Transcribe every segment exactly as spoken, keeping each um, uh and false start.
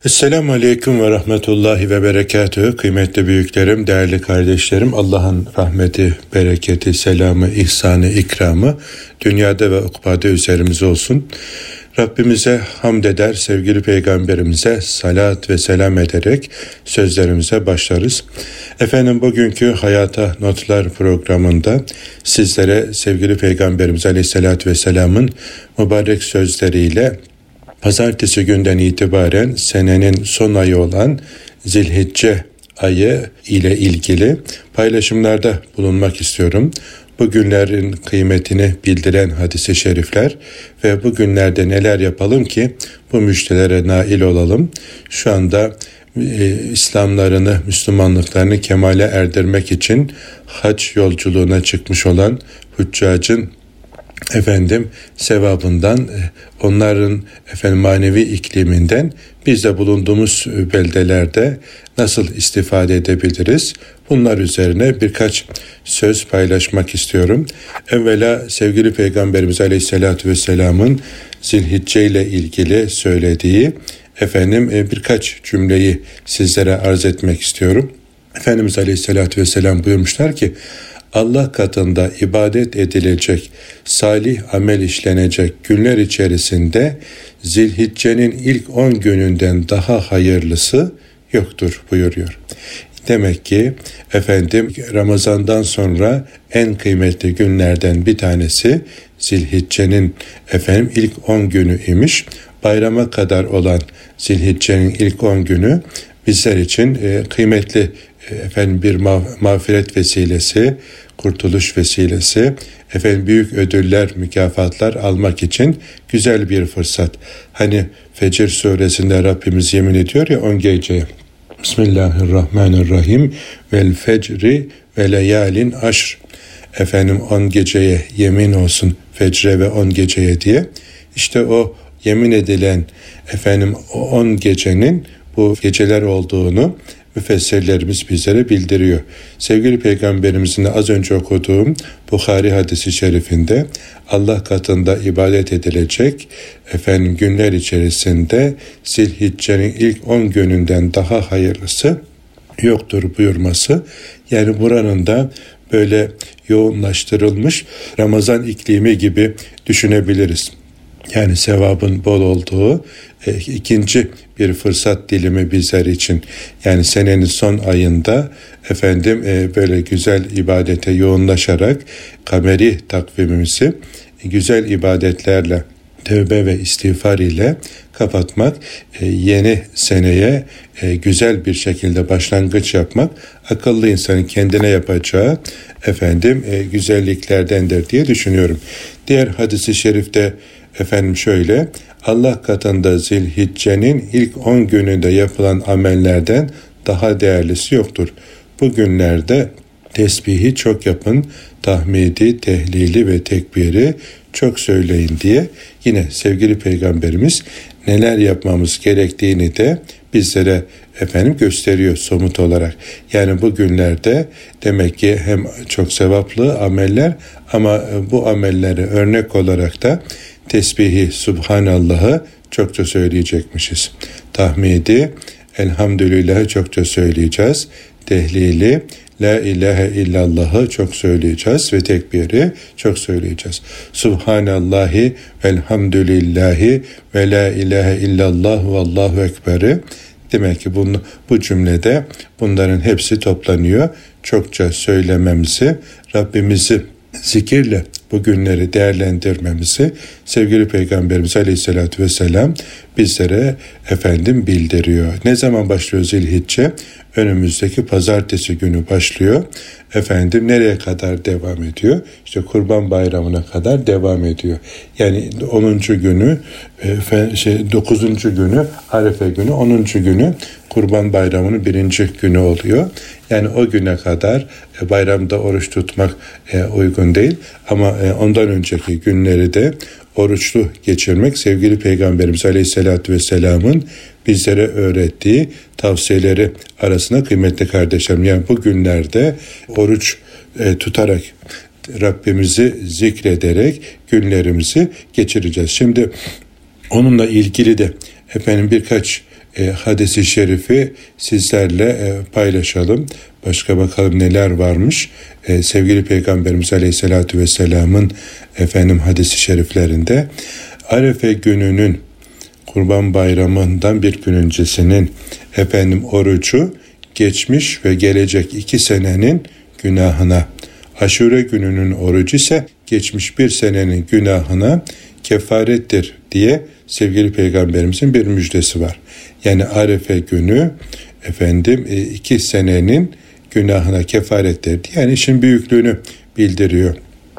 Esselamu Aleyküm ve Rahmetullahi ve Berekatühü. Kıymetli büyüklerim, değerli kardeşlerim, Allah'ın rahmeti, bereketi, selamı, ihsanı, ikramı dünyada ve ukbada üzerimize olsun. Rabbimize hamd eder, sevgili Peygamberimize salat ve selam ederek sözlerimize başlarız. Efendim, bugünkü Hayata Notlar programında sizlere sevgili Peygamberimiz Aleyhisselatü Vesselam'ın mübarek sözleriyle Pazartesi günden itibaren senenin son ayı olan Zilhicce ayı ile ilgili paylaşımlarda bulunmak istiyorum. Bu günlerin kıymetini bildiren hadis-i şerifler ve bu günlerde neler yapalım ki bu müjdelere nail olalım. Şu anda e, İslamlarını, Müslümanlıklarını kemale erdirmek için hac yolculuğuna çıkmış olan hüccacın efendim sevabından, onların efendim manevi ikliminden biz de bulunduğumuz beldelerde nasıl istifade edebiliriz? Bunlar üzerine birkaç söz paylaşmak istiyorum. Evvela sevgili Peygamberimiz Aleyhisselatü Vesselam'ın Zilhicce ile ilgili söylediği efendim birkaç cümleyi sizlere arz etmek istiyorum. Efendimiz Aleyhisselatü Vesselam buyurmuşlar ki, Allah katında ibadet edilecek, salih amel işlenecek günler içerisinde Zilhicce'nin ilk on gününden daha hayırlısı yoktur buyuruyor. Demek ki efendim Ramazan'dan sonra en kıymetli günlerden bir tanesi Zilhicce'nin efendim ilk on günü imiş. Bayrama kadar olan Zilhicce'nin ilk on günü bizler için e, kıymetli efendim bir mağfiret vesilesi, kurtuluş vesilesi, efendim büyük ödüller, mükafatlar almak için güzel bir fırsat. Hani Fecr suresinde Rabbimiz yemin ediyor ya on geceye. Bismillahirrahmanirrahim. Vel fecri ve leyalin aşr. Efendim on geceye yemin olsun, fecre ve on geceye diye. İşte o yemin edilen efendim o on gecenin bu geceler olduğunu müfessirlerimiz bizlere bildiriyor. Sevgili Peygamberimizin az önce okuduğum Bukhari hadisi şerifinde Allah katında ibadet edilecek efendim günler içerisinde Zilhicce'nin ilk on gününden daha hayırlısı yoktur buyurması. Yani buranın da böyle yoğunlaştırılmış Ramazan iklimi gibi düşünebiliriz. Yani sevabın bol olduğu e, ikinci bir fırsat dilimi bizler için. Yani senenin son ayında efendim e, böyle güzel ibadete yoğunlaşarak kameri takvimimizi e, güzel ibadetlerle, tövbe ve istiğfar ile kapatmak, e, yeni seneye e, güzel bir şekilde başlangıç yapmak, akıllı insanın kendine yapacağı efendim e, güzelliklerdendir diye düşünüyorum. Diğer hadis-i şerifte efendim şöyle, Allah katında Zilhicce'nin ilk on gününde yapılan amellerden daha değerlisi yoktur. Bu günlerde tesbihi çok yapın, tahmidi, tehlili ve tekbiri çok söyleyin diye yine sevgili Peygamberimiz neler yapmamız gerektiğini de bizlere efendim gösteriyor somut olarak. Yani bu günlerde demek ki hem çok sevaplı ameller ama bu amelleri örnek olarak da tesbihi, Subhanallah'ı çokça söyleyecekmişiz. Tahmidi, Elhamdülillah'ı çokça söyleyeceğiz. Tehlili, La ilahe illallah'ı çok söyleyeceğiz ve tekbiri çok söyleyeceğiz. Subhanallahi velhamdülillahi ve la ilahe illallah ve allahu ekber'i. Demek ki bunu, bu cümlede bunların hepsi toplanıyor. Çokça söylememizi, Rabbimizi zikirle bu günleri değerlendirmemizi sevgili Peygamberimiz Aleyhisselatü Vesselam bizlere efendim bildiriyor. Ne zaman başlıyor Zilhicce? Önümüzdeki pazartesi günü başlıyor. Efendim nereye kadar devam ediyor? İşte Kurban Bayramı'na kadar devam ediyor. Yani onuncu günü, e, şey, dokuzuncu günü Arefe günü, onuncu günü Kurban Bayramı'nın birinci günü oluyor. Yani o güne kadar e, bayramda oruç tutmak e, uygun değil. Ama e, ondan önceki günleri de oruçlu geçirmek sevgili Peygamberimiz Aleyhisselatü Vesselam'ın bizlere öğrettiği tavsiyeleri arasında kıymetli kardeşlerim. Yani bu günlerde oruç e, tutarak, Rabbimizi zikrederek günlerimizi geçireceğiz. Şimdi onunla ilgili de efendim birkaç e, hadis-i şerifi sizlerle e, paylaşalım. Başka bakalım neler varmış. E, sevgili Peygamberimiz Aleyhisselatü Vesselam'ın efendim hadis-i şeriflerinde Arefe gününün, Kurban Bayramı'ndan bir gün öncesinin efendim orucu geçmiş ve gelecek iki senenin günahına, Aşure gününün orucu ise geçmiş bir senenin günahına kefarettir diye sevgili Peygamberimizin bir müjdesi var. Yani Arefe günü efendim iki senenin günahına kefarettir. Yani işin büyüklüğünü bildiriyor.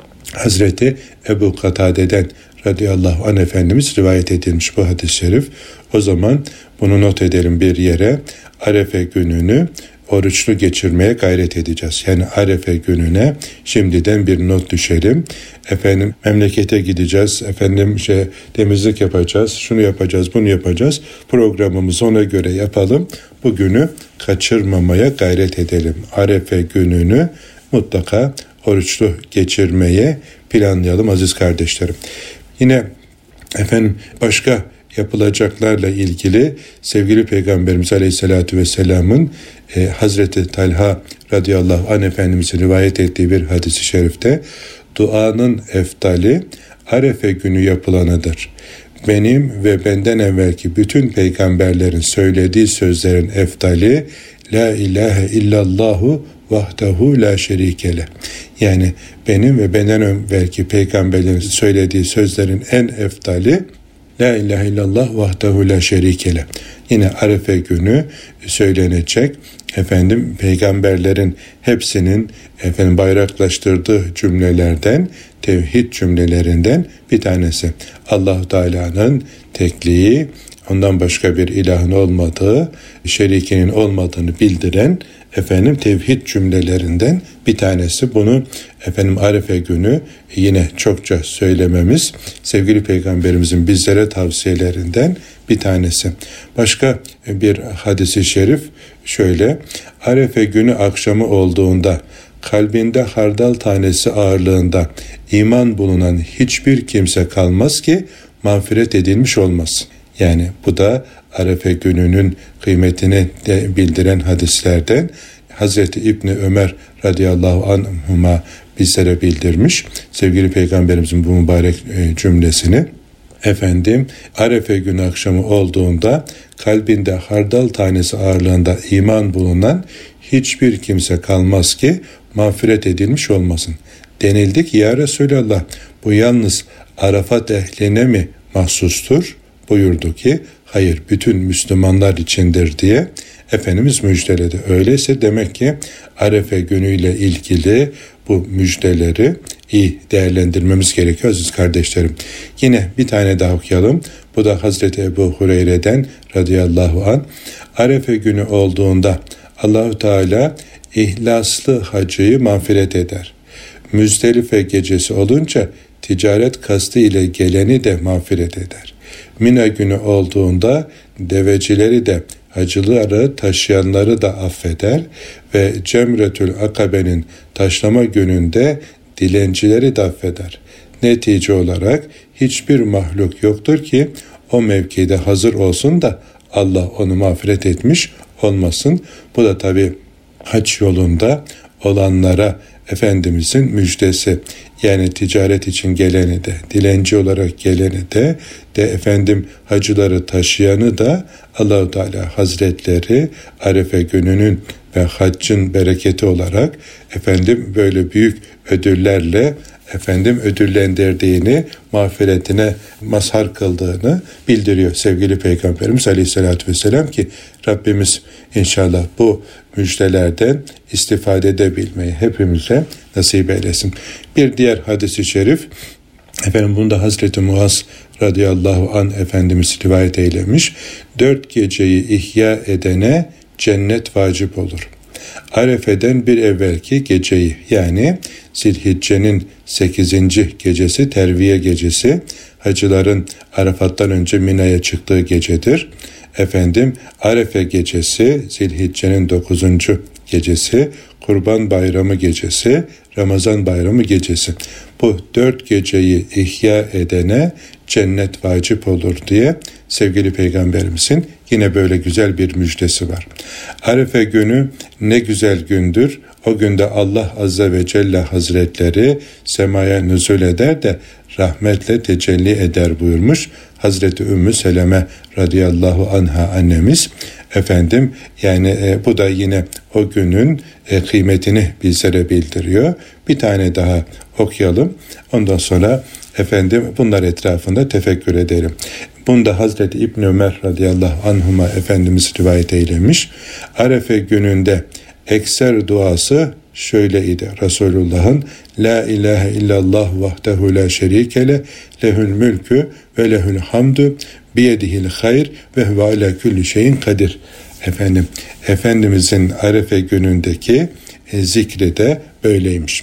Hazreti Ebu Katade'den radıyallahu anh Efendimiz rivayet edilmiş bu hadis-i şerif. O zaman bunu not edelim bir yere. Arefe gününü oruçlu geçirmeye gayret edeceğiz. Yani Arefe gününe şimdiden bir not düşelim. Efendim memlekete gideceğiz. Efendim şey temizlik yapacağız. Şunu yapacağız, bunu yapacağız. Programımızı ona göre yapalım. Bu günü kaçırmamaya gayret edelim. Arefe gününü mutlaka oruçlu geçirmeye planlayalım aziz kardeşlerim. Yine efendim başka yapılacaklarla ilgili sevgili Peygamberimiz Aleyhisselatü Vesselam'ın e, Hazreti Talha radıyallahu anh Efendimiz'in rivayet ettiği bir hadis-i şerifte duanın eftali Arefe günü yapılanıdır. Benim ve benden evvelki bütün peygamberlerin söylediği sözlerin eftali La ilahe illallahu vahdehu la şerikele. Yani benim ve benden evvelki peygamberlerin söylediği sözlerin en eftali La ilahe illallah vahdehu la şerikele. Yine Arefe günü söylenecek efendim peygamberlerin hepsinin efendim bayraklaştırdığı cümlelerden, tevhid cümlelerinden bir tanesi. Allah-u Teala'nın tekliği, ondan başka bir ilahın olmadığı, şerikinin olmadığını bildiren efendim tevhid cümlelerinden bir tanesi. Bunu efendim Arefe günü yine çokça söylememiz sevgili Peygamberimizin bizlere tavsiyelerinden bir tanesi. Başka bir hadis-i şerif şöyle: Arefe günü akşamı olduğunda kalbinde hardal tanesi ağırlığında iman bulunan hiçbir kimse kalmaz ki mağfiret edilmiş olmasın. Yani bu da Arefe gününün kıymetini de bildiren hadislerden. Hazreti İbni Ömer radıyallahu anhuma bizlere bildirmiş. Sevgili Peygamberimizin bu mübarek cümlesini. Efendim Arefe günü akşamı olduğunda kalbinde hardal tanesi ağırlığında iman bulunan hiçbir kimse kalmaz ki mağfiret edilmiş olmasın. Denildi ki ya Resulallah bu yalnız Arafat ehline mi mahsustur? Buyurdu ki hayır bütün Müslümanlar içindir diye Efendimiz müjdeledi. Öyleyse demek ki Arefe günüyle ilgili bu müjdeleri iyi değerlendirmemiz gerekiyor aziz kardeşlerim. Yine bir tane daha okuyalım. Bu da Hazreti Ebu Hureyre'den radıyallahu anh. Arefe günü olduğunda Allahu Teala ihlaslı hacıyı mağfiret eder. Müzdelife gecesi olunca ticaret kastı ile geleni de mağfiret eder. Mina günü olduğunda devecileri de hacıları taşıyanları da affeder ve Cemretül Akabe'nin taşlama gününde dilencileri de affeder. Netice olarak hiçbir mahluk yoktur ki o mevkide hazır olsun da Allah onu mağfiret etmiş olmasın. Bu da tabi hac yolunda olanlara Efendimizin müjdesi. Yani ticaret için geleni de, dilenci olarak geleni de, de efendim hacıları taşıyanı da Allah-u Teala Hazretleri Arefe gününün ve haccın bereketi olarak efendim böyle büyük ödüllerle efendim ödüllendirdiğini, mağfiretine mazhar kıldığını bildiriyor sevgili Peygamberimiz Aleyhisselatü Vesselam ki Rabbimiz inşallah bu müjdelerden istifade edebilmeyi hepimize nasip eylesin. Bir diğer hadis-i şerif efendim bunda Hazreti Muaz radıyallahu anh Efendimiz rivayet eylemiş. Dört geceyi ihya edene cennet vacip olur. Arefe'den bir evvelki geceyi yani Zilhicce'nin sekizinci gecesi terviye gecesi hacıların Arafat'tan önce Mina'ya çıktığı gecedir. Efendim Arefe gecesi Zilhicce'nin dokuzuncu gecesi, Kurban Bayramı gecesi, Ramazan Bayramı gecesi. Bu dört geceyi ihya edene cennet vacip olur diye sevgili Peygamberimizin yine böyle güzel bir müjdesi var. Arefe günü ne güzel gündür. O günde Allah Azze ve Celle Hazretleri semaya nüzul eder de rahmetle tecelli eder buyurmuş Hazreti Ümmü Seleme radıyallahu anha annemiz. Efendim yani e, bu da yine o günün e, kıymetini bizlere bildiriyor. Bir tane daha okuyalım. Ondan sonra efendim bunlar etrafında tefekkür edelim. Bunda Hazreti İbn Ömer radıyallahu anhuma Efendimiz rivayet eylemiş. Arefe gününde ekser duası şöyleydi Resulullah'ın: La ilahe illallah vahdehu la şerikele lehül mülkü ve lehül hamdu biyedihil hayr ve huve ala kulli şeyin kadir. Efendim, Efendimizin Arefe günündeki e, zikri de böyleymiş.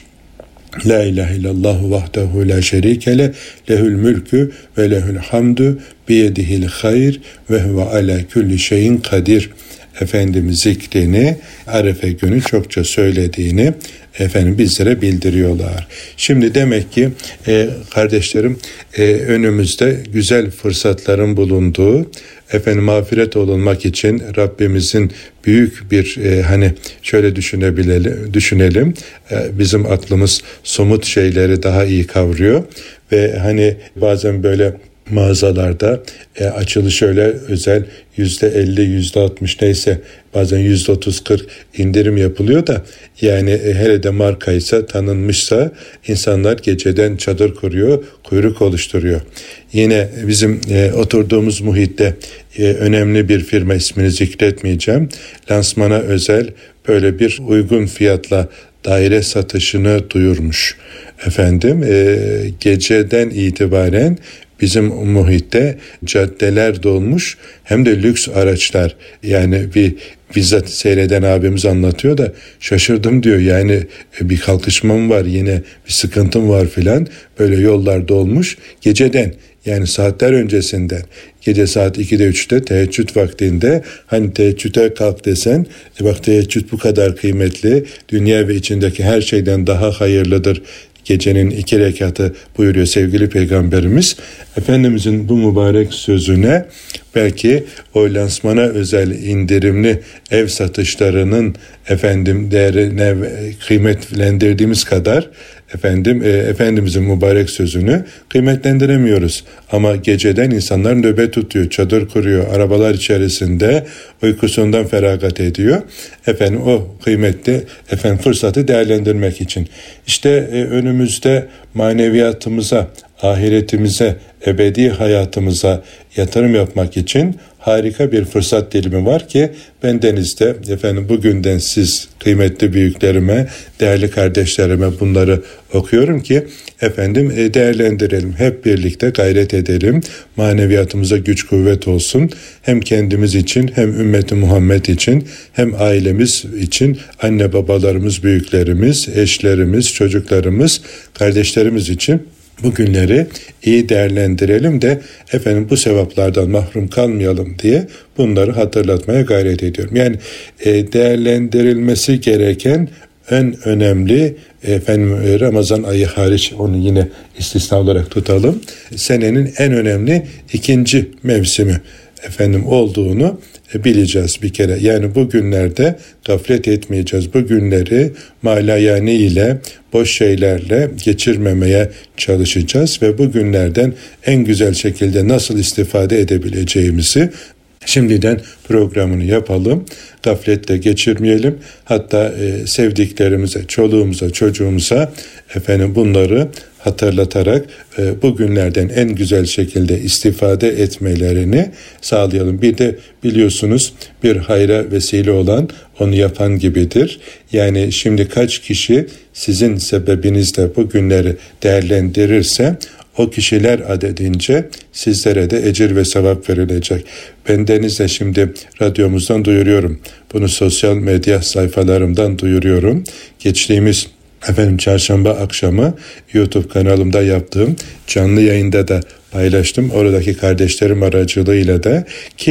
La ilahe illallah vahdehu la şerikele lehül mülkü ve lehül hamdu biyedihil hayr ve huve ala kulli şeyin kadir. Efendimiz zikrini Arefe günü çokça söylediğini efendim bizlere bildiriyorlar. Şimdi demek ki e, kardeşlerim e, önümüzde güzel fırsatların bulunduğu, efendim mağfiret olunmak için Rabbimizin büyük bir e, hani şöyle düşünebilelim, düşünelim e, bizim aklımız somut şeyleri daha iyi kavruyor ve hani bazen böyle mağazalarda e, açılışı öyle özel yüzde elli, yüzde altmış neyse bazen yüzde otuz kırk indirim yapılıyor da yani e, hele de markaysa tanınmışsa insanlar geceden çadır kuruyor, kuyruk oluşturuyor. Yine bizim e, oturduğumuz muhitte e, önemli bir firma, ismini zikretmeyeceğim, lansmana özel böyle bir uygun fiyatla daire satışını duyurmuş. Efendim e, geceden itibaren bizim muhitte caddeler dolmuş, hem de lüks araçlar. Yani bir bizzat seyreden abimiz anlatıyor da şaşırdım diyor. Yani bir kalkışmam var, yine bir sıkıntım var filan. Böyle yollar dolmuş geceden, yani saatler öncesinden. Gece saat ikide üçte teheccüd vaktinde, hani teheccüde kalk desen, e bak teheccüd bu kadar kıymetli, dünya ve içindeki her şeyden daha hayırlıdır gecenin iki rekatı buyuruyor sevgili Peygamberimiz. Efendimizin bu mübarek sözüne belki o lansmana özel indirimli ev satışlarının efendim değerine kıymetlendirdiğimiz kadar efendim e, Efendimizin mübarek sözünü kıymetlendiremiyoruz. Ama geceden insanlar nöbet tutuyor, çadır kuruyor, arabalar içerisinde uykusundan feragat ediyor. Efendim o kıymetli efendim fırsatı değerlendirmek için. İşte e, önümüzde maneviyatımıza, ahiretimize, ebedi hayatımıza yatırım yapmak için harika bir fırsat dilimi var ki ben denizde efendim bugünden siz kıymetli büyüklerime, değerli kardeşlerime bunları okuyorum ki efendim değerlendirelim. Hep birlikte gayret edelim. Maneviyatımıza güç kuvvet olsun. Hem kendimiz için, hem ümmeti Muhammed için, hem ailemiz için, anne babalarımız, büyüklerimiz, eşlerimiz, çocuklarımız, kardeşlerimiz için bu günleri iyi değerlendirelim de efendim bu sevaplardan mahrum kalmayalım diye bunları hatırlatmaya gayret ediyorum. Yani e, değerlendirilmesi gereken en önemli efendim Ramazan ayı hariç, onu yine istisna olarak tutalım, senenin en önemli ikinci mevsimi efendim olduğunu bileceğiz bir kere. Yani bu günlerde gaflet etmeyeceğiz. Bu günleri malayani ile, boş şeylerle geçirmemeye çalışacağız ve bu günlerden en güzel şekilde nasıl istifade edebileceğimizi şimdiden programını yapalım. Gafletle geçirmeyelim. Hatta e, sevdiklerimize, çoluğumuza, çocuğumuza efendim bunları hatırlatarak e, bu günlerden en güzel şekilde istifade etmelerini sağlayalım. Bir de biliyorsunuz bir hayra vesile olan onu yapan gibidir. Yani şimdi kaç kişi sizin sebebinizle bu günleri değerlendirirse o kişiler adedince sizlere de ecir ve sevap verilecek. Bendeniz de şimdi radyomuzdan duyuruyorum. Bunu sosyal medya sayfalarımdan duyuruyorum. Geçtiğimiz efendim çarşamba akşamı YouTube kanalımda yaptığım canlı yayında da paylaştım. Oradaki kardeşlerim aracılığıyla da, ki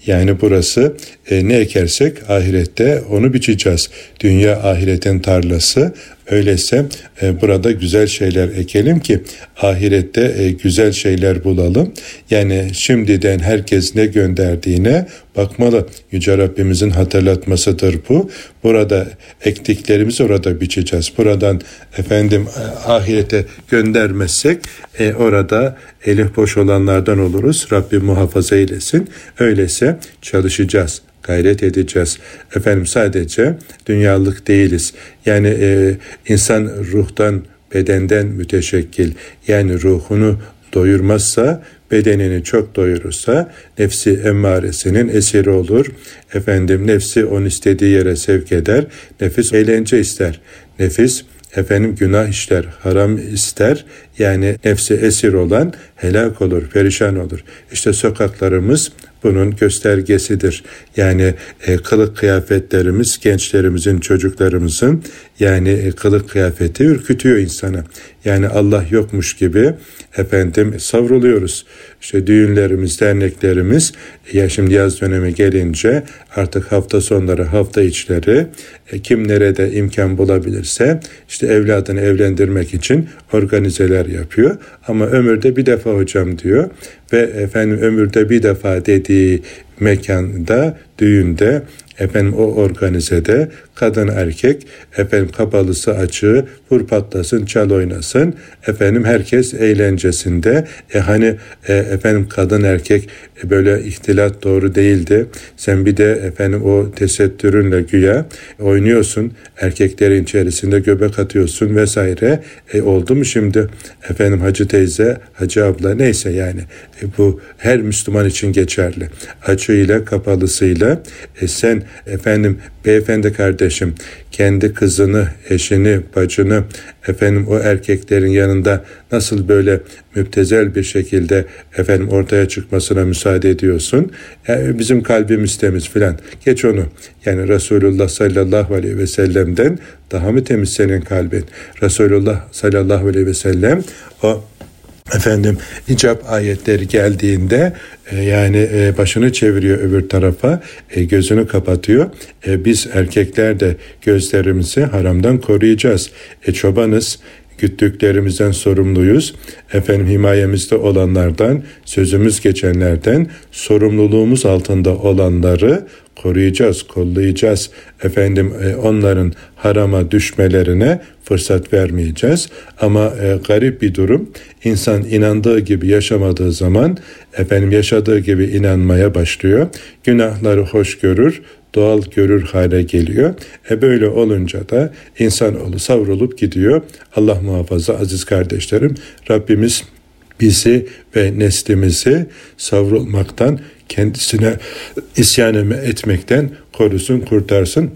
Yani burası e, ne ekersek ahirette onu biçeceğiz. Dünya ahiretin tarlası. Öyleyse e, burada güzel şeyler ekelim ki ahirette e, güzel şeyler bulalım. Yani şimdiden herkes ne gönderdiğine bakmalı. Yüce Rabbimizin hatırlatmasıdır bu. Burada ektiklerimizi orada biçeceğiz. Buradan efendim e, ahirete göndermezsek e, orada elif boş olanlardan oluruz. Rabbim muhafaza eylesin. Öyleyse çalışacağız. Gayret edeceğiz. Efendim sadece dünyalık değiliz. Yani e, insan ruhtan, bedenden müteşekkil. Yani ruhunu doyurmazsa, bedenini çok doyurursa nefsi emmaresinin esiri olur. Efendim nefsi onu istediği yere sevk eder. Nefis eğlence ister. Nefis efendim günah işler, haram ister. Yani nefsi esir olan helak olur, perişan olur. İşte sokaklarımız bunun göstergesidir. Yani e, kılık kıyafetlerimiz, gençlerimizin, çocuklarımızın yani e, kılık kıyafeti ürkütüyor insanı. Yani Allah yokmuş gibi efendim savruluyoruz. İşte düğünlerimiz, derneklerimiz ya şimdi yaz dönemi gelince artık hafta sonları, hafta içleri e, kim nerede imkan bulabilirse işte evladını evlendirmek için organizeler yapıyor. Ama ömürde bir defa hocam diyor ve efendim ömürde bir defa dediği mekanda, düğünde efendim o organizede kadın erkek efendim kapalısı açığı vur patlasın çal oynasın efendim herkes eğlencesinde e hani e, efendim kadın erkek e, böyle ihtilat doğru değildi, sen bir de efendim o tesettürünle güya oynuyorsun, erkeklerin içerisinde göbek atıyorsun vesaire e, oldu mu şimdi efendim hacı teyze, hacı abla neyse yani e, bu her Müslüman için geçerli. Açığıyla kapalısıyla e, sen efendim beyefendi kardeşim kendi kızını, eşini, bacını efendim o erkeklerin yanında nasıl böyle müptezel bir şekilde efendim ortaya çıkmasına müsaade ediyorsun? Yani bizim kalbimiz temiz filan. Geç onu. Yani Resulullah sallallahu aleyhi ve sellem'den daha mı temiz senin kalbin? Resulullah sallallahu aleyhi ve sellem o efendim icap ayetleri geldiğinde e, yani e, başını çeviriyor öbür tarafa, e, gözünü kapatıyor. E, biz erkekler de gözlerimizi haramdan koruyacağız. E, çobanız, güttüklerimizden sorumluyuz. Efendim himayemizde olanlardan, sözümüz geçenlerden, sorumluluğumuz altında olanları koruyacağız, kollayacağız. Efendim e, onların harama düşmelerine fırsat vermeyeceğiz. Ama e, garip bir durum. İnsan inandığı gibi yaşamadığı zaman efendim yaşadığı gibi inanmaya başlıyor. Günahları hoş görür, doğal görür hale geliyor. E böyle olunca da insanoğlu savrulup gidiyor. Allah muhafaza aziz kardeşlerim. Rabbimiz bizi ve neslimizi savrulmaktan, kendisine isyan etmekten korusun, kurtarsın.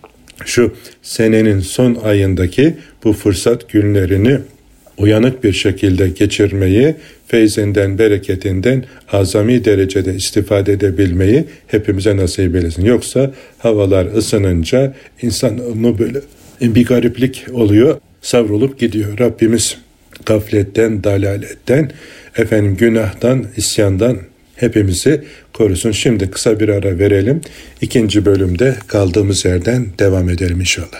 Şu senenin son ayındaki bu fırsat günlerini uyanık bir şekilde geçirmeyi, feyzinden, bereketinden azami derecede istifade edebilmeyi hepimize nasip eylesin. Yoksa havalar ısınınca insan onu böyle bir gariplik oluyor, savrulup gidiyor. Rabbimiz gafletten, dalaletten, efendim günahtan, isyandan hepimizi korusun. Şimdi kısa bir ara verelim. İkinci bölümde kaldığımız yerden devam edelim inşallah.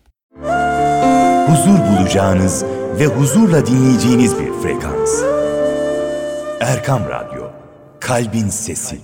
Huzur bulacağınız ve huzurla dinleyeceğiniz bir frekans. Erkam Radyo, Kalbin Sesi.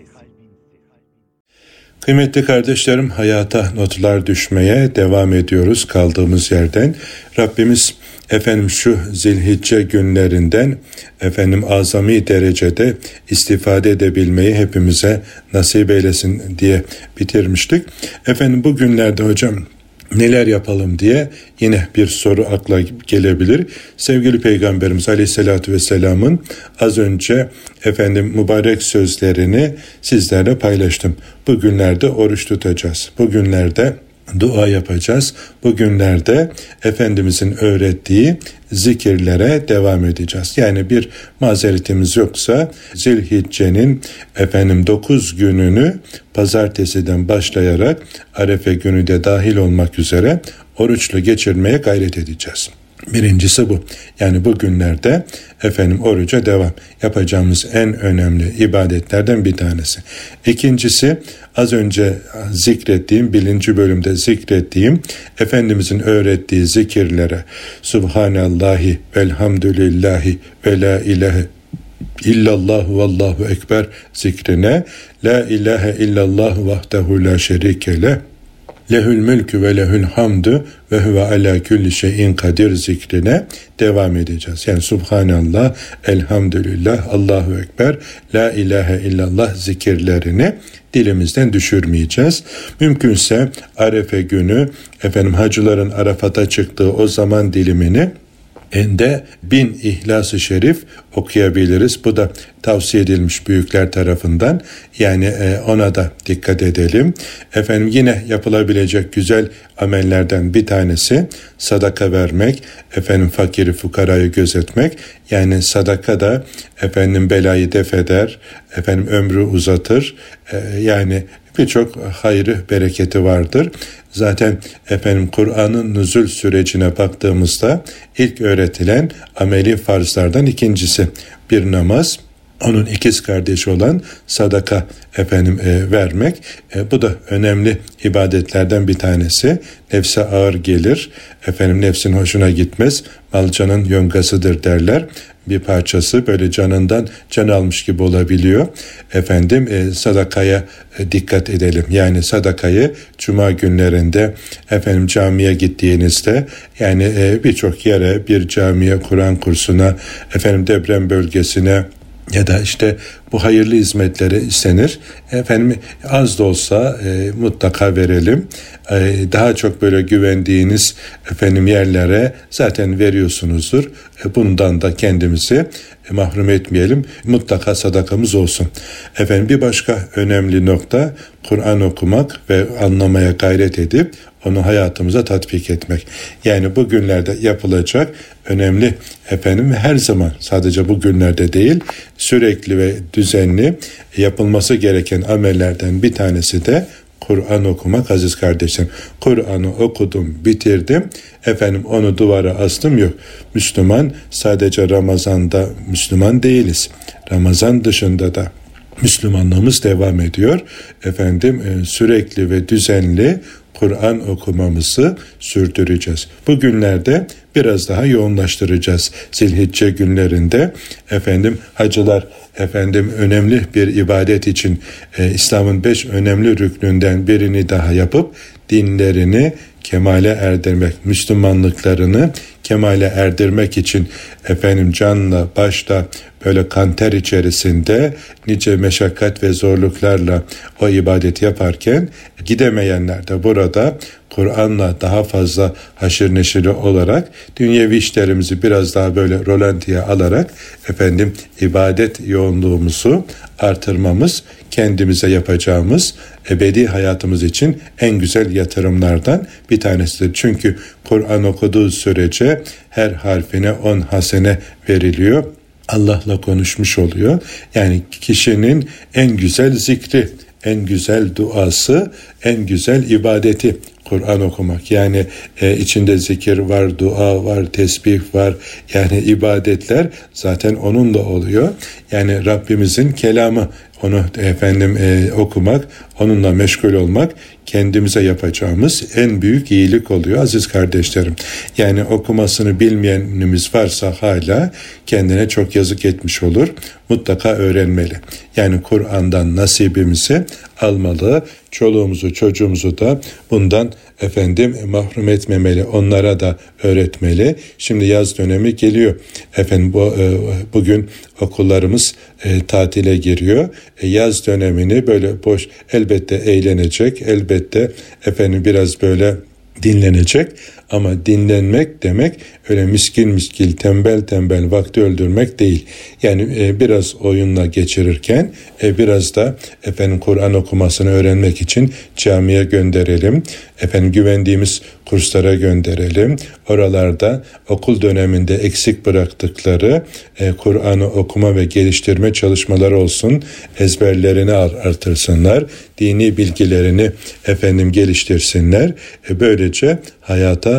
Kıymetli kardeşlerim, hayata notlar düşmeye devam ediyoruz kaldığımız yerden. Rabbimiz efendim şu Zilhicce günlerinden efendim azami derecede istifade edebilmeyi hepimize nasip eylesin diye bitirmiştik. Efendim bu günlerde hocam neler yapalım diye yine bir soru akla gelebilir. Sevgili Peygamberimiz Aleyhisselatü Vesselam'ın az önce efendim mübarek sözlerini sizlerle paylaştım. Bu günlerde oruç tutacağız. Bu günlerde dua yapacağız. Bugünlerde Efendimizin öğrettiği zikirlere devam edeceğiz. Yani bir mazeretimiz yoksa Zilhicce'nin efendim dokuz gününü pazartesiden başlayarak Arefe günü de dahil olmak üzere oruçlu geçirmeye gayret edeceğiz. Birincisi bu. Yani bu günlerde efendim oruca devam. Yapacağımız en önemli ibadetlerden bir tanesi. İkincisi, az önce zikrettiğim, birinci bölümde zikrettiğim Efendimizin öğrettiği zikirlere, Subhanallahi velhamdülillahi ve la ilahe İllallahu vallahu ekber zikrine, la ilahe illallah vahdehu la şerike leh, lehül mülkü ve lehül hamdü ve huve ala külli şeyin kadir zikrine devam edeceğiz. Yani Subhanallah, elhamdülillah, Allahu ekber, la ilahe illallah zikirlerini dilimizden düşürmeyeceğiz. Mümkünse Arefe günü efendim hacıların Arafat'a çıktığı o zaman dilimini ende bin İhlas-ı Şerif okuyabiliriz. Bu da tavsiye edilmiş büyükler tarafından. Yani ona da dikkat edelim. Efendim yine yapılabilecek güzel amellerden bir tanesi sadaka vermek, efendim fakiri fukarayı gözetmek. Yani sadaka da efendim belayı def eder, efendim ömrü uzatır. Yani birçok hayrı, bereketi vardır. Zaten efendim Kur'an'ın nüzul sürecine baktığımızda ilk öğretilen ameli farzlardan ikincisi bir namaz, onun ikiz kardeşi olan sadaka efendim e, vermek. E, bu da önemli ibadetlerden bir tanesi. Nefse ağır gelir, efendim nefsin hoşuna gitmez, mal canın yongasıdır derler. Bir parçası böyle canından can almış gibi olabiliyor. Efendim e, sadakaya e, dikkat edelim. Yani sadakayı cuma günlerinde efendim camiye gittiğinizde, yani e, birçok yere, bir camiye, Kur'an kursuna, efendim deprem bölgesine ya da işte bu hayırlı hizmetleri istenir. Efendim az da olsa e, mutlaka verelim. E, daha çok böyle güvendiğiniz efendim yerlere zaten veriyorsunuzdur. E, bundan da kendimizi e, mahrum etmeyelim. Mutlaka sadakamız olsun. Efendim bir başka önemli nokta Kur'an okumak ve anlamaya gayret edip onu hayatımıza tatbik etmek. Yani bu günlerde yapılacak önemli efendim her zaman, sadece bu günlerde değil, sürekli ve düzenli yapılması gereken amellerden bir tanesi de Kur'an okumak aziz kardeşlerim. Kur'an'ı okudum, bitirdim, efendim onu duvara astım yok. Müslüman sadece Ramazan'da Müslüman değiliz. Ramazan dışında da Müslümanlığımız devam ediyor. Efendim sürekli ve düzenli Kur'an okumamızı sürdüreceğiz. Bu günlerde biraz daha yoğunlaştıracağız. Zilhicce günlerinde efendim hacılar efendim önemli bir ibadet için e, İslam'ın beş önemli rüknünden birini daha yapıp dinlerini kemale erdirmek, Müslümanlıklarını kemale erdirmek için efendim canla başla böyle kanter içerisinde nice meşakkat ve zorluklarla o ibadeti yaparken gidemeyenler de burada Kur'an'la daha fazla haşır neşir olarak dünyevi işlerimizi biraz daha böyle rolantiye alarak efendim ibadet yoğunluğumuzu artırmamız kendimize yapacağımız ebedi hayatımız için en güzel yatırımlardan bir tanesidir. Çünkü Kur'an okuduğu sürece her harfine on hasene veriliyor. Allah'la konuşmuş oluyor. Yani kişinin en güzel zikri, en güzel duası, en güzel ibadeti Kur'an okumak. Yani e, içinde zikir var, dua var, tesbih var. Yani ibadetler zaten onunla oluyor. Yani Rabbimizin kelamı, onu efendim e, okumak, onunla meşgul olmak kendimize yapacağımız en büyük iyilik oluyor aziz kardeşlerim. Yani okumasını bilmeyenimiz varsa hala kendine çok yazık etmiş olur. Mutlaka öğrenmeli. Yani Kur'an'dan nasibimizi almalı. Çoluğumuzu, çocuğumuzu da bundan efendim mahrum etmemeli. Onlara da öğretmeli. Şimdi yaz dönemi geliyor. Efendim bu e, bugün okullarımız e, tatile giriyor. E, yaz dönemini böyle boş, elbette eğlenecek, elbette efendim biraz böyle dinlenecek. Ama dinlenmek demek öyle miskin miskin, tembel tembel vakti öldürmek değil. Yani e, biraz oyunla geçirirken e, biraz da efendim Kur'an okumasını öğrenmek için camiye gönderelim. Efendim güvendiğimiz kurslara gönderelim. Oralarda okul döneminde eksik bıraktıkları e, Kur'an'ı okuma ve geliştirme çalışmaları olsun. Ezberlerini artırsınlar. Dini bilgilerini efendim geliştirsinler. E, böylece hayata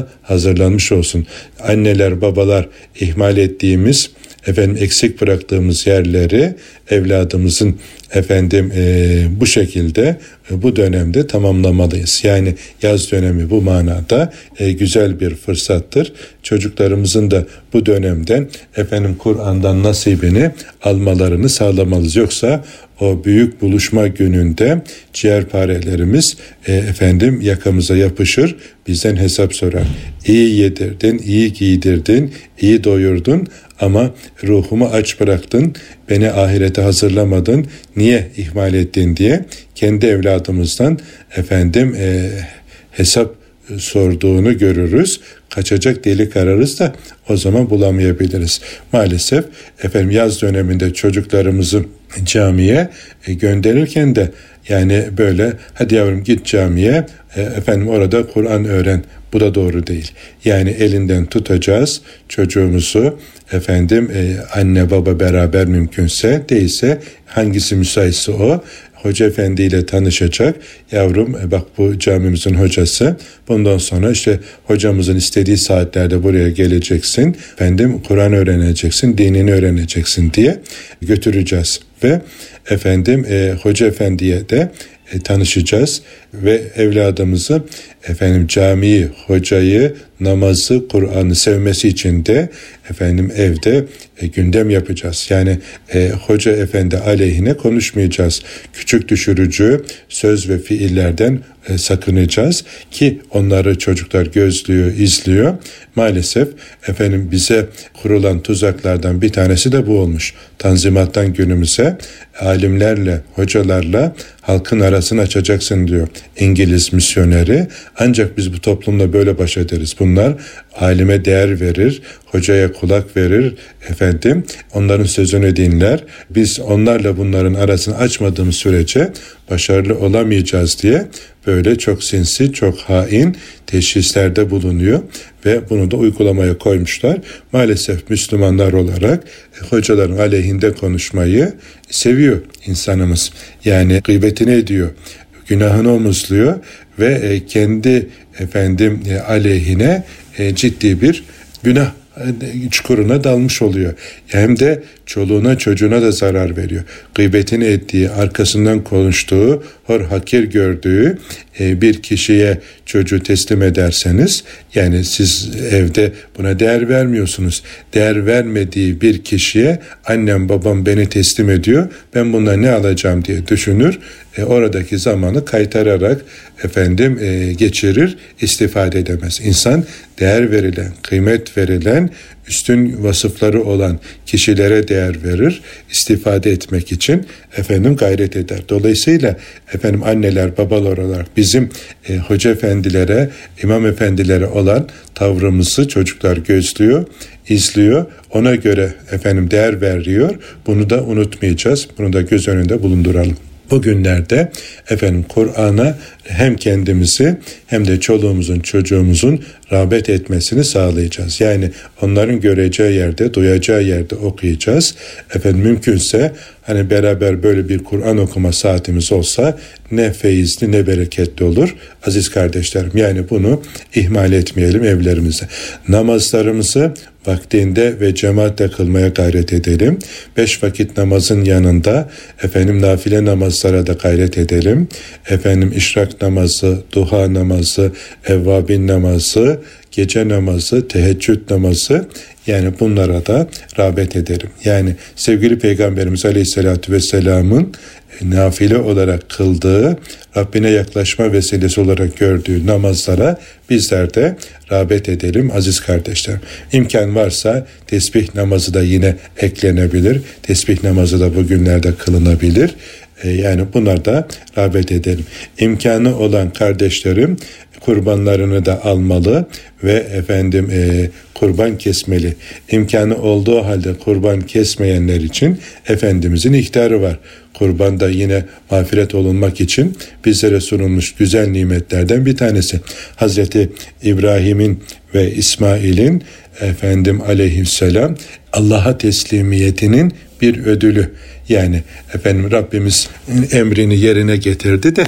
da hazırlanmış olsun. Anneler, babalar ihmal ettiğimiz, efendim eksik bıraktığımız yerleri evladımızın efendim e, bu şekilde e, bu dönemde tamamlamalıyız. Yani yaz dönemi bu manada e, güzel bir fırsattır. Çocuklarımızın da bu dönemden efendim Kur'an'dan nasibini almalarını sağlamalıyız. Yoksa o büyük buluşma gününde ciğerparelerimiz e, efendim yakamıza yapışır, bizden hesap sorar. İyi yedirdin, iyi giydirdin, iyi doyurdun ama ruhumu aç bıraktın, beni ahirete hazırlamadın, niye ihmal ettin diye kendi evladımızdan efendim e, hesap sorduğunu görürüz. Kaçacak delik ararız da o zaman bulamayabiliriz. Maalesef efendim yaz döneminde çocuklarımızı camiye e, gönderirken de yani böyle hadi yavrum git camiye e, efendim orada Kur'an öğren. Bu da doğru değil. Yani elinden tutacağız çocuğumuzu, efendim e, anne baba beraber mümkünse, değilse hangisi müsaitse o. Hoca efendi ile tanışacak. Yavrum e, bak bu camimizin hocası. Bundan sonra işte hocamızın istediği saatlerde buraya geleceksin. Efendim Kur'an öğreneceksin, dinini öğreneceksin diye götüreceğiz. Ve efendim e, hoca efendiye de e, tanışacağız ve evladımızı efendim camiyi, hocayı, namazı, Kur'an'ı sevmesi için de efendim evde e, gündem yapacağız. Yani e, hoca efendi aleyhine konuşmayacağız. Küçük düşürücü söz ve fiillerden e, sakınacağız ki onları çocuklar gözlüyor, izliyor. Maalesef efendim bize kurulan tuzaklardan bir tanesi de bu olmuş. Tanzimattan günümüze alimlerle, hocalarla halkın arasını açacaksın diyor İngiliz misyoneri. Ancak biz bu toplumla böyle baş ederiz. Bunlar alime değer verir, hocaya kulak verir, efendim onların sözünü dinler. Biz onlarla bunların arasını açmadığımız sürece başarılı olamayacağız diye böyle çok sinsi, çok hain teşhislerde bulunuyor ve bunu da uygulamaya koymuşlar. Maalesef Müslümanlar olarak hocaların aleyhinde konuşmayı seviyor insanımız. Yani gıybetini ediyor, günahını omuzluyor ve kendi efendim aleyhine ciddi bir günah çukuruna dalmış oluyor. Hem de çoluğuna çocuğuna da zarar veriyor. Gıybetini ettiği, arkasından konuştuğu, hor hakir gördüğü bir kişiye çocuğu teslim ederseniz, yani siz evde buna değer vermiyorsunuz. Değer vermediği bir kişiye annem babam beni teslim ediyor, ben bundan ne alacağım diye düşünür. E, oradaki zamanı kaytararak efendim e, geçirir, istifade edemez. İnsan değer verilen, kıymet verilen, üstün vasıfları olan kişilere değer verir, istifade etmek için efendim gayret eder. Dolayısıyla efendim anneler, babalar olarak bizim e, hoca efendilere, imam efendilere olan tavrımızı çocuklar gözlüyor, izliyor. Ona göre efendim değer veriyor. Bunu da unutmayacağız. Bunu da göz önünde bulunduralım. Bugünlerde efendim Kur'an'a hem kendimizi hem de çoluğumuzun, çocuğumuzun rağbet etmesini sağlayacağız. Yani onların göreceği yerde, duyacağı yerde okuyacağız. Efendim mümkünse hani beraber böyle bir Kur'an okuma saatimiz olsa ne feyizli ne bereketli olur aziz kardeşlerim. Yani bunu ihmal etmeyelim evlerimize. Namazlarımızı vaktinde ve cemaatle kılmaya gayret edelim. Beş vakit namazın yanında efendim nafile namazlara da gayret edelim. Efendim işrak namazı, duha namazı, evvabin namazı, gece namazı, teheccüd namazı, yani bunlara da rağbet edelim. Yani sevgili Peygamberimiz Aleyhisselatü Vesselam'ın nafile olarak kıldığı, Rabbine yaklaşma vesilesi olarak gördüğü namazlara bizler de rağbet edelim aziz kardeşlerim. İmkan varsa tesbih namazı da yine eklenebilir. Tesbih namazı da bugünlerde kılınabilir. Yani buna da rağbet edelim. İmkanı olan kardeşlerim kurbanlarını da almalı ve efendim e, kurban kesmeli. İmkanı olduğu halde kurban kesmeyenler için Efendimizin ihtarı var. Kurban da yine mağfiret olunmak için bizlere sunulmuş güzel nimetlerden bir tanesi. Hazreti İbrahim'in ve İsmail'in efendim aleyhisselam Allah'a teslimiyetinin bir ödülü. Yani efendim Rabbimiz emrini yerine getirdi de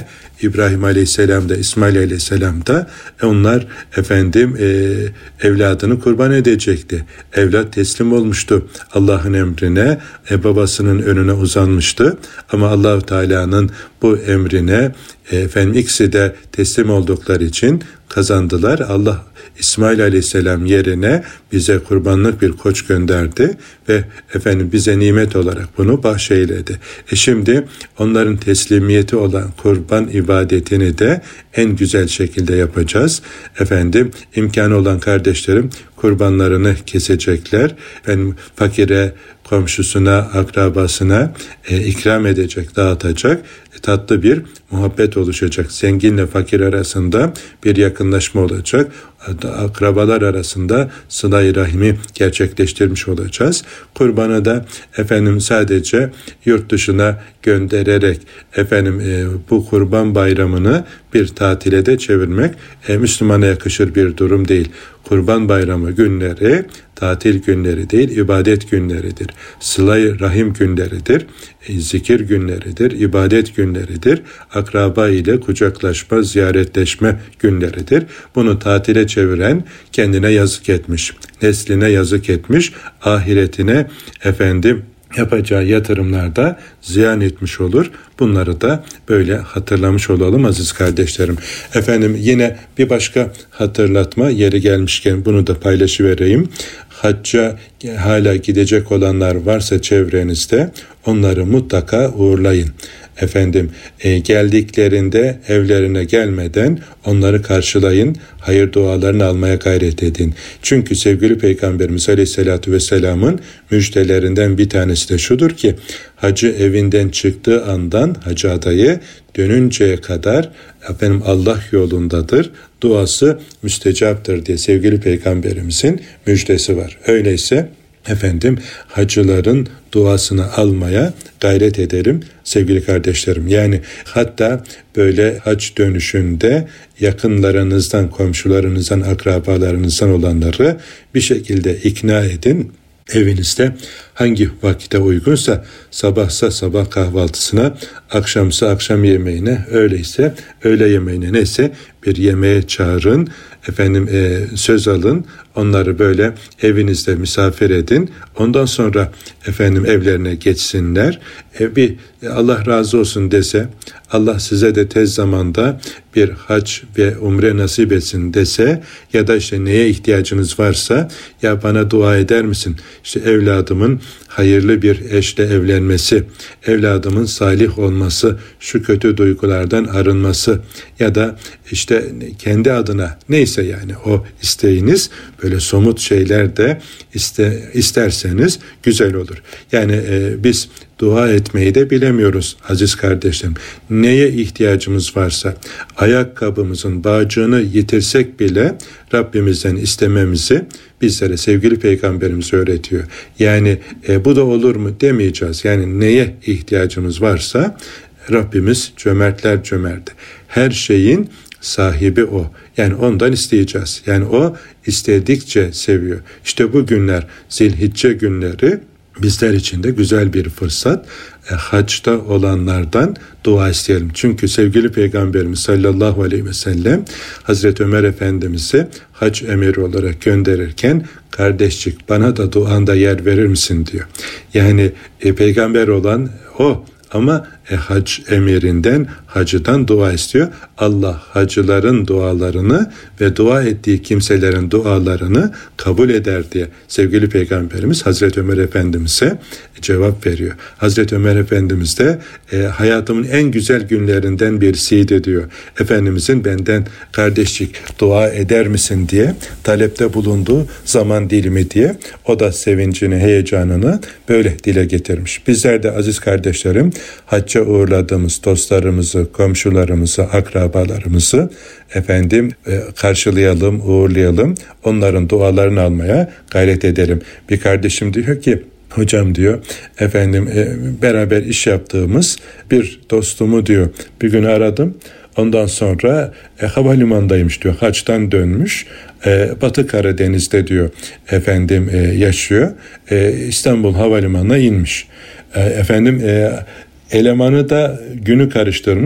İbrahim Aleyhisselam da İsmail Aleyhisselam da onlar efendim e, evladını kurban edecekti. Evlat teslim olmuştu Allah'ın emrine, e, babasının önüne uzanmıştı. Ama Allah-u Teala'nın bu emrine e, efendim ikisi de teslim oldukları için kazandılar. Allah İsmail Aleyhisselam yerine bize kurbanlık bir koç gönderdi ve efendim bize nimet olarak bunu bahşeyledi. E şimdi onların teslimiyeti olan kurban ibadetini de en güzel şekilde yapacağız. Efendim imkanı olan kardeşlerim kurbanlarını kesecekler. Efendim fakire, komşusuna, akrabasına e, ikram edecek, dağıtacak. E, tatlı bir muhabbet oluşacak. Zenginle fakir arasında bir yakınlaşma olacak. Akrabalar arasında sıla-i rahimi gerçekleştirmiş olacağız. Kurbanı da efendim sadece yurt dışına göndererek efendim e, bu kurban bayramını bir tatile de çevirmek e, Müslümana yakışır bir durum değil. Kurban bayramı günleri tatil günleri değil, ibadet günleridir. Sıla-i rahim günleridir, e, zikir günleridir, ibadet günleridir. Akraba ile kucaklaşma, ziyaretleşme günleridir. Bunu tatile çeviren kendine yazık etmiş, nesline yazık etmiş, ahiretine efendim yapacağı yatırımlarda ziyan etmiş olur. Bunları da böyle hatırlamış olalım aziz kardeşlerim. Efendim yine bir başka hatırlatma yeri gelmişken bunu da paylaşıvereyim. Hacca hala gidecek olanlar varsa çevrenizde onları mutlaka uğurlayın. Efendim e, geldiklerinde evlerine gelmeden onları karşılayın, hayır dualarını almaya gayret edin. Çünkü sevgili Peygamberimiz Aleyhisselatü Vesselam'ın müjdelerinden bir tanesi de şudur ki hacı evinden çıktığı andan hacı adayı dönünceye kadar efendim Allah yolundadır, duası müstecaptır diye sevgili Peygamberimizin müjdesi var. Öyleyse efendim hacıların duasını almaya gayret edelim sevgili kardeşlerim. Yani hatta böyle hac dönüşünde yakınlarınızdan, komşularınızdan, akrabalarınızdan olanları bir şekilde ikna edin. Evinizde hangi vakite uygunsa sabahsa sabah kahvaltısına, akşamsa akşam yemeğine, öğleyse öğle yemeğine, neyse bir yemeğe çağırın. Efendim e, söz alın, onları böyle evinizde misafir edin. Ondan sonra efendim evlerine geçsinler. E, bir Allah razı olsun dese, Allah size de tez zamanda bir hac ve umre nasip etsin dese ya da işte neye ihtiyacınız varsa ya bana dua eder misin? İşte evladımın hayırlı bir eşle evlenmesi, evladımın salih olması, şu kötü duygulardan arınması ya da işte kendi adına neyse yani o isteğiniz böyle somut şeyler de iste, isterseniz güzel olur. Yani e, biz dua etmeyi de bilemiyoruz aziz kardeşlerim. Neye ihtiyacımız varsa ayakkabımızın bağcığını yitirsek bile Rabbimizden istememizi bizlere sevgili Peygamberimiz öğretiyor. Yani e, bu da olur mu demeyeceğiz. Yani neye ihtiyacımız varsa Rabbimiz cömertler cömerti. Her şeyin sahibi o. Yani ondan isteyeceğiz. Yani o istedikçe seviyor. İşte bu günler, Zilhicce günleri bizler için de güzel bir fırsat. E, haçta olanlardan dua isteyelim. Çünkü sevgili Peygamberimiz sallallahu aleyhi ve sellem Hazreti Ömer Efendimiz'i hac emiri olarak gönderirken kardeşçik bana da duanda yer verir misin diyor. Yani e, peygamber olan o. Ama e, hac emirinden, hacıdan dua istiyor. Allah hacıların dualarını ve dua ettiği kimselerin dualarını kabul eder diye sevgili Peygamberimiz Hazreti Ömer Efendimiz'e cevap veriyor. Hazreti Ömer Efendimiz de e, hayatımın en güzel günlerinden birisiydi diyor. Efendimizin benden kardeşlik dua eder misin diye talepte bulunduğu zaman dilimi diye o da sevincini, heyecanını böyle dile getirmiş. Bizler de aziz kardeşlerim hacca uğurladığımız dostlarımızı, komşularımızı, akrabalarımızı efendim e, karşılayalım, uğurlayalım. Onların dualarını almaya gayret edelim. Bir kardeşim diyor ki hocam diyor efendim e, beraber iş yaptığımız bir dostumu diyor bir gün aradım. Ondan sonra e, havalimanındaymış diyor. Haçtan dönmüş. E, Batı Karadeniz'de diyor efendim e, yaşıyor. E, İstanbul Havalimanı'na inmiş. E, efendim e, elemanı da günü karıştırmış.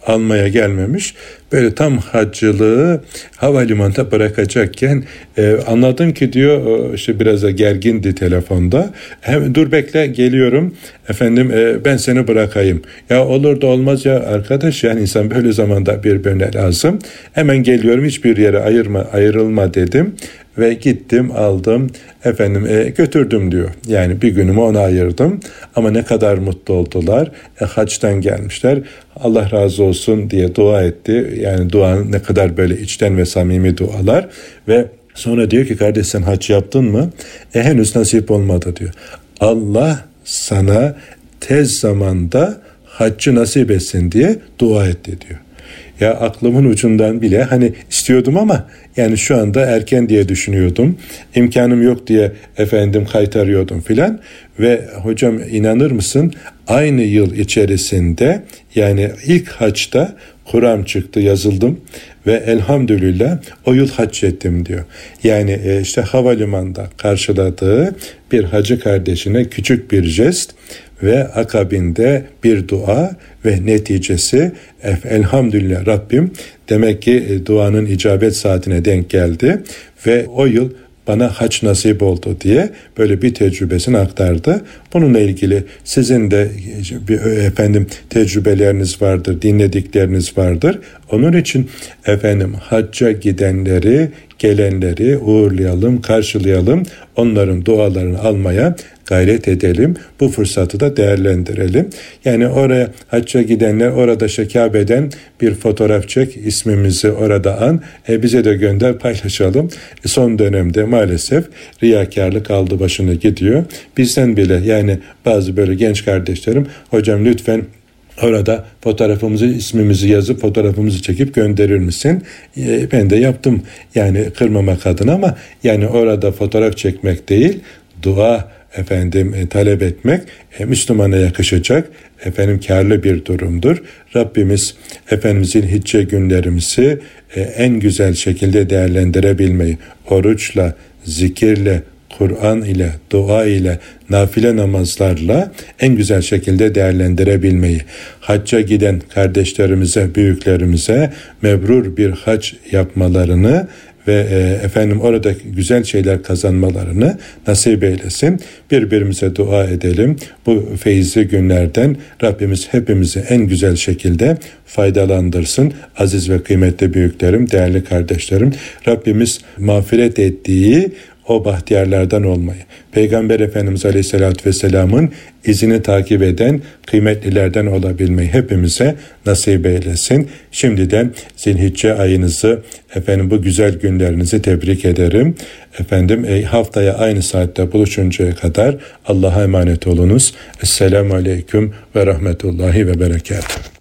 almaya gelmemiş. Böyle tam haccılığı havalimanında bırakacakken e, anladım ki diyor, işte biraz da gergindi telefonda. Hem, dur bekle geliyorum efendim, e, ben seni bırakayım. Ya olur da olmaz ya arkadaş, yani insan böyle zamanda birbirine lazım. Hemen geliyorum, hiçbir yere ayırma ayrılma dedim. Ve gittim, aldım, efendim e, götürdüm diyor. Yani bir günümü ona ayırdım. Ama ne kadar mutlu oldular. E, haçtan gelmişler. Allah razı olsun diye dua etti. Yani duanın ne kadar böyle içten ve samimi dualar. Ve sonra diyor ki, kardeş sen hac yaptın mı? E, henüz nasip olmadı diyor. Allah sana tez zamanda haccı nasip etsin diye dua etti diyor. Ya aklımın ucundan bile hani istiyordum ama yani şu anda erken diye düşünüyordum. İmkanım yok diye efendim kaytarıyordum filan. Ve hocam inanır mısın, aynı yıl içerisinde yani ilk haçta Kur'an çıktı, yazıldım ve elhamdülillah o yıl hac ettim diyor. Yani işte havalimanında karşıladığı bir hacı kardeşine küçük bir jest ve akabinde bir dua ve neticesi elhamdülillah Rabbim demek ki duanın icabet saatine denk geldi ve o yıl bana hac nasip oldu diye böyle bir tecrübesini aktardı. Bununla ilgili sizin de efendim tecrübeleriniz vardır, dinledikleriniz vardır. Onun için efendim hacca gidenleri, gelenleri uğurlayalım, karşılayalım, onların dualarını almaya gayret edelim. Bu fırsatı da değerlendirelim. Yani oraya hacca gidenler orada Kabe'den bir fotoğraf çek, ismimizi orada an, e, bize de gönder, paylaşalım. E, son dönemde maalesef riyakarlık aldı başını gidiyor. Bizden bile yani bazı böyle genç kardeşlerim, hocam lütfen orada fotoğrafımızı, ismimizi yazıp fotoğrafımızı çekip gönderir misin? E, ben de yaptım yani kırmamak adına, ama yani orada fotoğraf çekmek değil, dua efendim e, talep etmek e, Müslümana yakışacak efendim kârlı bir durumdur. Rabbimiz Efendimizin hicce günlerimizi e, en güzel şekilde değerlendirebilmeyi, oruçla, zikirle, Kur'an ile, dua ile, nafile namazlarla en güzel şekilde değerlendirebilmeyi, hacca giden kardeşlerimize, büyüklerimize mebrur bir hac yapmalarını ve e, efendim orada güzel şeyler kazanmalarını nasip eylesin. Birbirimize dua edelim. Bu feyizli günlerden Rabbimiz hepimizi en güzel şekilde faydalandırsın. Aziz ve kıymetli büyüklerim, değerli kardeşlerim, Rabbimiz mağfiret ettiği o bahtiyarlardan olmayı, Peygamber Efendimiz Aleyhisselatü Vesselam'ın izini takip eden kıymetlilerden olabilmeyi hepimize nasip eylesin. Şimdiden Zilhicce ayınızı, efendim bu güzel günlerinizi tebrik ederim. Efendim e, haftaya aynı saatte buluşuncaya kadar Allah'a emanet olunuz. Esselamu Aleyküm ve Rahmetullahi ve Berekatuhu.